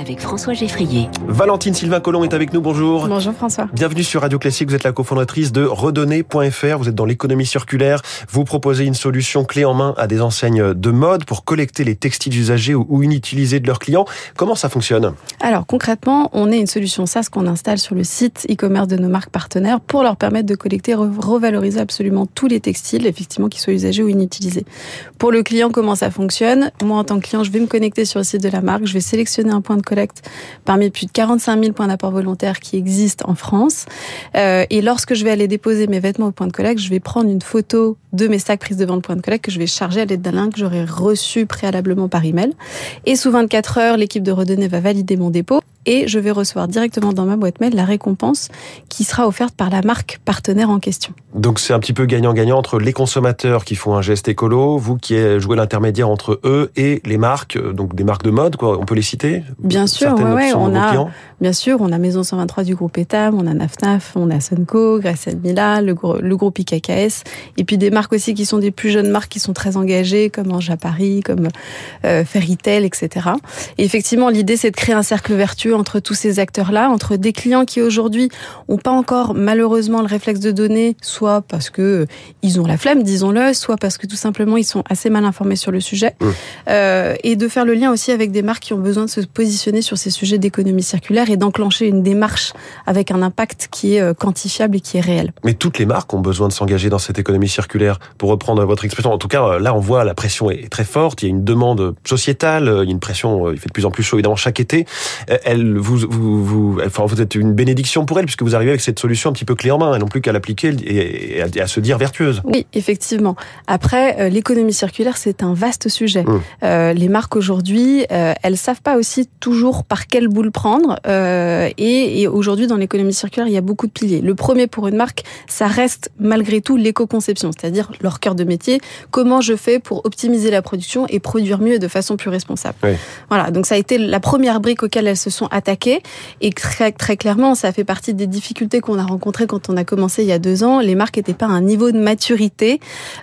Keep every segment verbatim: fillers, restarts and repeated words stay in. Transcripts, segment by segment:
avec François Geffrier. Valentine Sylvain-Collomb est avec nous, bonjour. Bonjour François. Bienvenue sur Radio Classique, vous êtes la cofondatrice de redonner point f r, vous êtes dans l'économie circulaire, vous proposez une solution clé en main à des enseignes de mode pour collecter les textiles usagés ou inutilisés de leurs clients. Comment ça fonctionne ? Alors concrètement, on est une solution SaaS qu'on installe sur le site e-commerce de nos marques partenaires pour leur permettre de collecter et revaloriser absolument tous les textiles, effectivement, qu'ils soient usagés ou inutilisés. Pour le client, comment ça fonctionne ? Moi, en tant que client, je vais me connecter sur le site de la marque, je vais sélectionner un point de collecte parmi plus de quarante-cinq mille points d'apport volontaires qui existent en France. Euh, et lorsque je vais aller déposer mes vêtements au point de collecte, je vais prendre une photo de mes sacs prises devant le point de collecte que je vais charger à l'aide d'un lien que j'aurai reçu préalablement par email. Et sous vingt-quatre heures, l'équipe de Redonner va valider mon dépôt et je vais recevoir directement dans ma boîte mail la récompense qui sera offerte par la marque partenaire en question. Donc c'est un petit peu gagnant-gagnant entre les consommateurs qui font un geste écolo, vous qui jouez l'intermédiaire entre eux et les marques, donc des marques de mode, quoi. On peut les citer ? Bien sûr, ouais, ouais, on a, bien sûr, on a Maison cent vingt-trois du groupe Etam, on a Nafnaf, on a Sunco, Gracia Mila, le, le groupe I K K S, et puis des marques aussi qui sont des plus jeunes marques qui sont très engagées, comme Ange à Paris, comme euh, Fairytale, et cetera. Et effectivement, l'idée c'est de créer un cercle vertueux entre tous ces acteurs-là, entre des clients qui aujourd'hui n'ont pas encore malheureusement le réflexe de donner, soit parce que ils ont la flemme, disons-le, soit parce que tout simplement ils sont assez mal informés sur le sujet, mmh. euh, et de faire le lien aussi avec des marques qui ont besoin de se positionner sur ces sujets d'économie circulaire et d'enclencher une démarche avec un impact qui est quantifiable et qui est réel. Mais toutes les marques ont besoin de s'engager dans cette économie circulaire, pour reprendre votre expression. En tout cas, là, on voit la pression est très forte, il y a une demande sociétale, il y a une pression, il fait de plus en plus chaud, évidemment, chaque été. Elle, vous, vous, vous, enfin, vous êtes une bénédiction pour elle, puisque vous arrivez avec cette solution un petit peu clé en main, et non plus qu'à l'appliquer et à, à se dire vertueuse. Oui, effectivement. Après, l'économie circulaire, c'est un vaste sujet. Mmh. Euh, les marques aujourd'hui, euh, elles savent pas aussi toujours par quelle boule prendre. Euh, et, et aujourd'hui, dans l'économie circulaire, il y a beaucoup de piliers. Le premier pour une marque, ça reste malgré tout l'éco-conception, c'est-à-dire leur cœur de métier. Comment je fais pour optimiser la production et produire mieux et de façon plus responsable. Oui. Voilà. Donc ça a été la première brique auquel elles se sont attaquées. Et très, très clairement, ça fait partie des difficultés qu'on a rencontrées quand on a commencé il y a deux ans. Les marques n'étaient pas à un niveau de maturité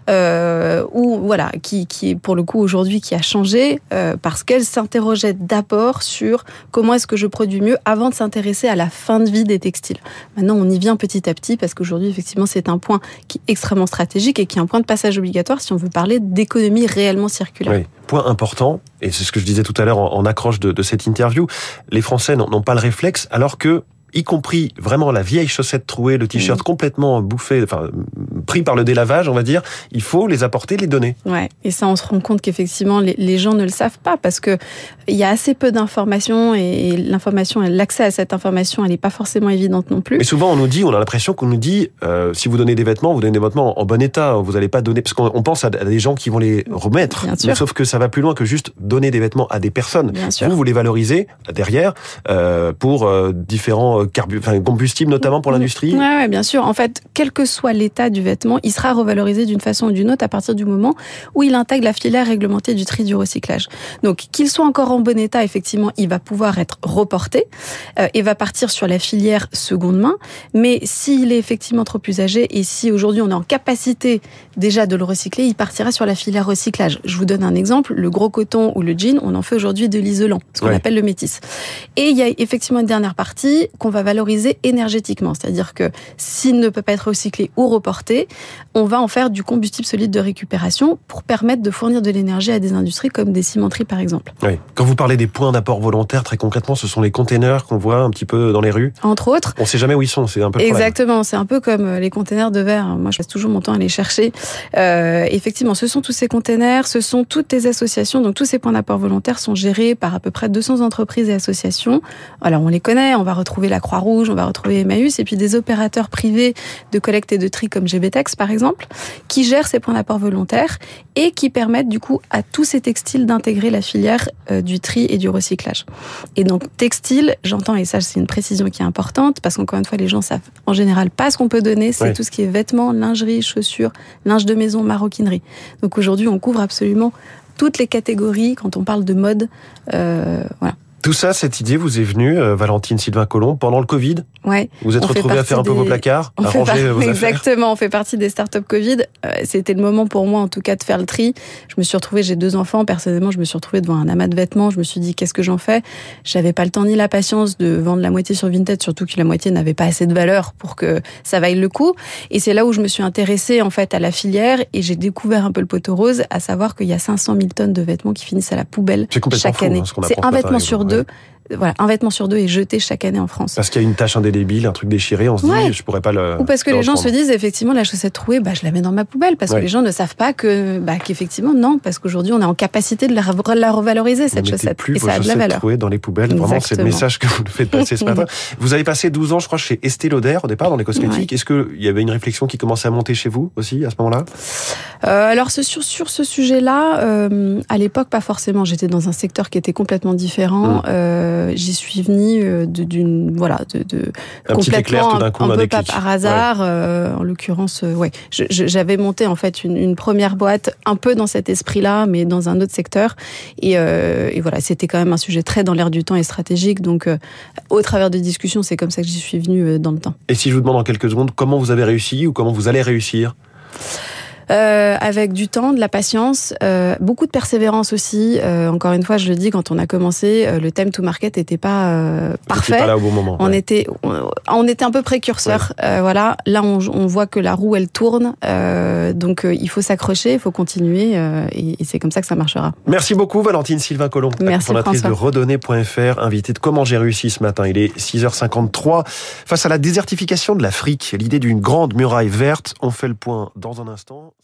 euh, où voilà, qui, qui est pour le coup aujourd'hui qui a changé euh, parce qu'elles s'interrogeaient d'abord sur comment est-ce que je produis mieux avant de s'intéresser à la fin de vie des textiles. Maintenant, on y vient petit à petit parce qu'aujourd'hui, effectivement, c'est un point qui est extrêmement stratégique et qui est un point de passage obligatoire si on veut parler d'économie réellement circulaire. Oui. Point important, et c'est ce que je disais tout à l'heure en, en accroche de, de cette interview, les Français n'ont, n'ont pas le réflexe, alors que y compris vraiment la vieille chaussette trouée, le t-shirt mmh. complètement bouffé, enfin pris par le délavage, on va dire, il faut les apporter, les donner. Ouais, et ça on se rend compte qu'effectivement les, les gens ne le savent pas parce que il y a assez peu d'informations et l'information, l'accès à cette information, elle n'est pas forcément évidente non plus. Mais souvent on nous dit, on a l'impression qu'on nous dit, euh, si vous donnez des vêtements, vous donnez des vêtements en bon état, vous n'allez pas donner, parce qu'on pense à des gens qui vont les remettre. Bien sûr. Sauf que ça va plus loin que juste donner des vêtements à des personnes. Bien sûr. Vous, vous les valorisez derrière euh, pour euh, différents Carbu- enfin, combustible notamment pour l'industrie. Ouais, ouais, bien sûr. En fait, quel que soit l'état du vêtement, il sera revalorisé d'une façon ou d'une autre à partir du moment où il intègre la filière réglementée du tri du recyclage. Donc, qu'il soit encore en bon état, effectivement, il va pouvoir être reporté euh, et va partir sur la filière seconde main. Mais s'il est effectivement trop usagé et si aujourd'hui on est en capacité déjà de le recycler, il partira sur la filière recyclage. Je vous donne un exemple. Le gros coton ou le jean, on en fait aujourd'hui de l'isolant, ce qu'on ouais. appelle le métis. Et il y a effectivement une dernière partie qu'on va valoriser énergétiquement, c'est-à-dire que s'il ne peut pas être recyclé ou reporté, on va en faire du combustible solide de récupération pour permettre de fournir de l'énergie à des industries comme des cimenteries par exemple. Oui. Quand vous parlez des points d'apport volontaire, très concrètement, ce sont les containers qu'on voit un petit peu dans les rues. Entre autres. On ne sait jamais où ils sont, c'est un peu le problème. Exactement, c'est un peu comme les containers de verre. Moi, je passe toujours mon temps à les chercher. Euh, effectivement, ce sont tous ces containers, ce sont toutes les associations, donc tous ces points d'apport volontaire sont gérés par à peu près deux cents entreprises et associations. Alors, on les connaît, on va retrouver la Croix-Rouge, on va retrouver Emmaüs, et puis des opérateurs privés de collecte et de tri comme G B T E X par exemple, qui gèrent ces points d'apport volontaires et qui permettent du coup à tous ces textiles d'intégrer la filière euh, du tri et du recyclage. Et donc textile, j'entends, et ça c'est une précision qui est importante, parce qu'encore une fois les gens savent en général pas ce qu'on peut donner, c'est oui. tout ce qui est vêtements, lingerie, chaussures, linge de maison, maroquinerie. Donc aujourd'hui on couvre absolument toutes les catégories quand on parle de mode, euh, voilà. Tout ça, cette idée vous est venue, euh, Valentine Sylvain-Collomb, pendant le Covid? Ouais. Vous êtes retrouvée à faire un peu des... vos placards, on à fait ranger par... vos Exactement, affaires. on fait partie des startups Covid. Euh, c'était le moment pour moi, en tout cas, de faire le tri. Je me suis retrouvée, j'ai deux enfants, personnellement, je me suis retrouvée devant un amas de vêtements. Je me suis dit, qu'est-ce que j'en fais? J'avais pas le temps ni la patience de vendre la moitié sur Vinted, surtout que la moitié n'avait pas assez de valeur pour que ça vaille le coup. Et c'est là où je me suis intéressée, en fait, à la filière et j'ai découvert un peu le poteau rose, à savoir qu'il y a cinq cent mille tonnes de vêtements qui finissent à la poubelle chaque fou, année. Hein, ce qu'on c'est apprend un vêtement matin, sur ouais. deux. Voilà, un vêtement sur deux est jeté chaque année en France. Parce qu'il y a une tache indélébile, un truc déchiré, on se ouais. dit, je pourrais pas le. Ou parce que le les gens reprendre. se disent, effectivement, la chaussette trouée, bah, je la mets dans ma poubelle. Parce ouais. que les gens ne savent pas que, bah, qu'effectivement, non. Parce qu'aujourd'hui, on est en capacité de la, la revaloriser, cette Vous chaussette. plus Et vos ça a de la chaussettes valeur. trouées dans les poubelles. Exactement. Vraiment, c'est le message que vous nous faites passer ce matin. Vous avez passé douze ans, je crois, chez Estée Lauder, au départ, dans les cosmétiques. Ouais. Est-ce qu'il y avait une réflexion qui commençait à monter chez vous aussi, à ce moment-là? euh, Alors, sur, sur ce sujet-là, euh, à l'époque, pas forcément. J'étais dans un secteur qui était complètement différent. Mmh. Euh, j'y suis venue euh, de, d'une, voilà, de, de un complètement petit éclair, tout d'un coup, un, un un peu déclic. pas par hasard. Ouais. Euh, en l'occurrence, euh, ouais. Je, je, j'avais monté, en fait, une, une première boîte un peu dans cet esprit-là, mais dans un autre secteur. Et, euh, et voilà, c'était quand même un sujet très dans l'air du temps et stratégique. Donc, euh, au travers de discussions, c'est comme ça que j'y suis venue euh, dans le temps. Et si je vous demande en quelques secondes, comment vous avez réussi ou comment vous allez réussir? Euh, avec du temps, de la patience, euh, beaucoup de persévérance aussi. Euh, encore une fois, je le dis, quand on a commencé, euh, le time to market n'était pas euh, parfait. Pas là au bon moment. On ouais. était, on, on était un peu précurseur. Ouais. Euh, voilà, là, on, on voit que la roue elle tourne, euh, donc euh, il faut s'accrocher, il faut continuer, euh, et, et c'est comme ça que ça marchera. Merci beaucoup, Valentine Sylvain-Collomb, fondatrice de redonner point f r, invitée de Comment j'ai réussi ce matin. Il est six heures cinquante-trois. Face à la désertification de l'Afrique, l'idée d'une grande muraille verte, on fait le point dans un instant.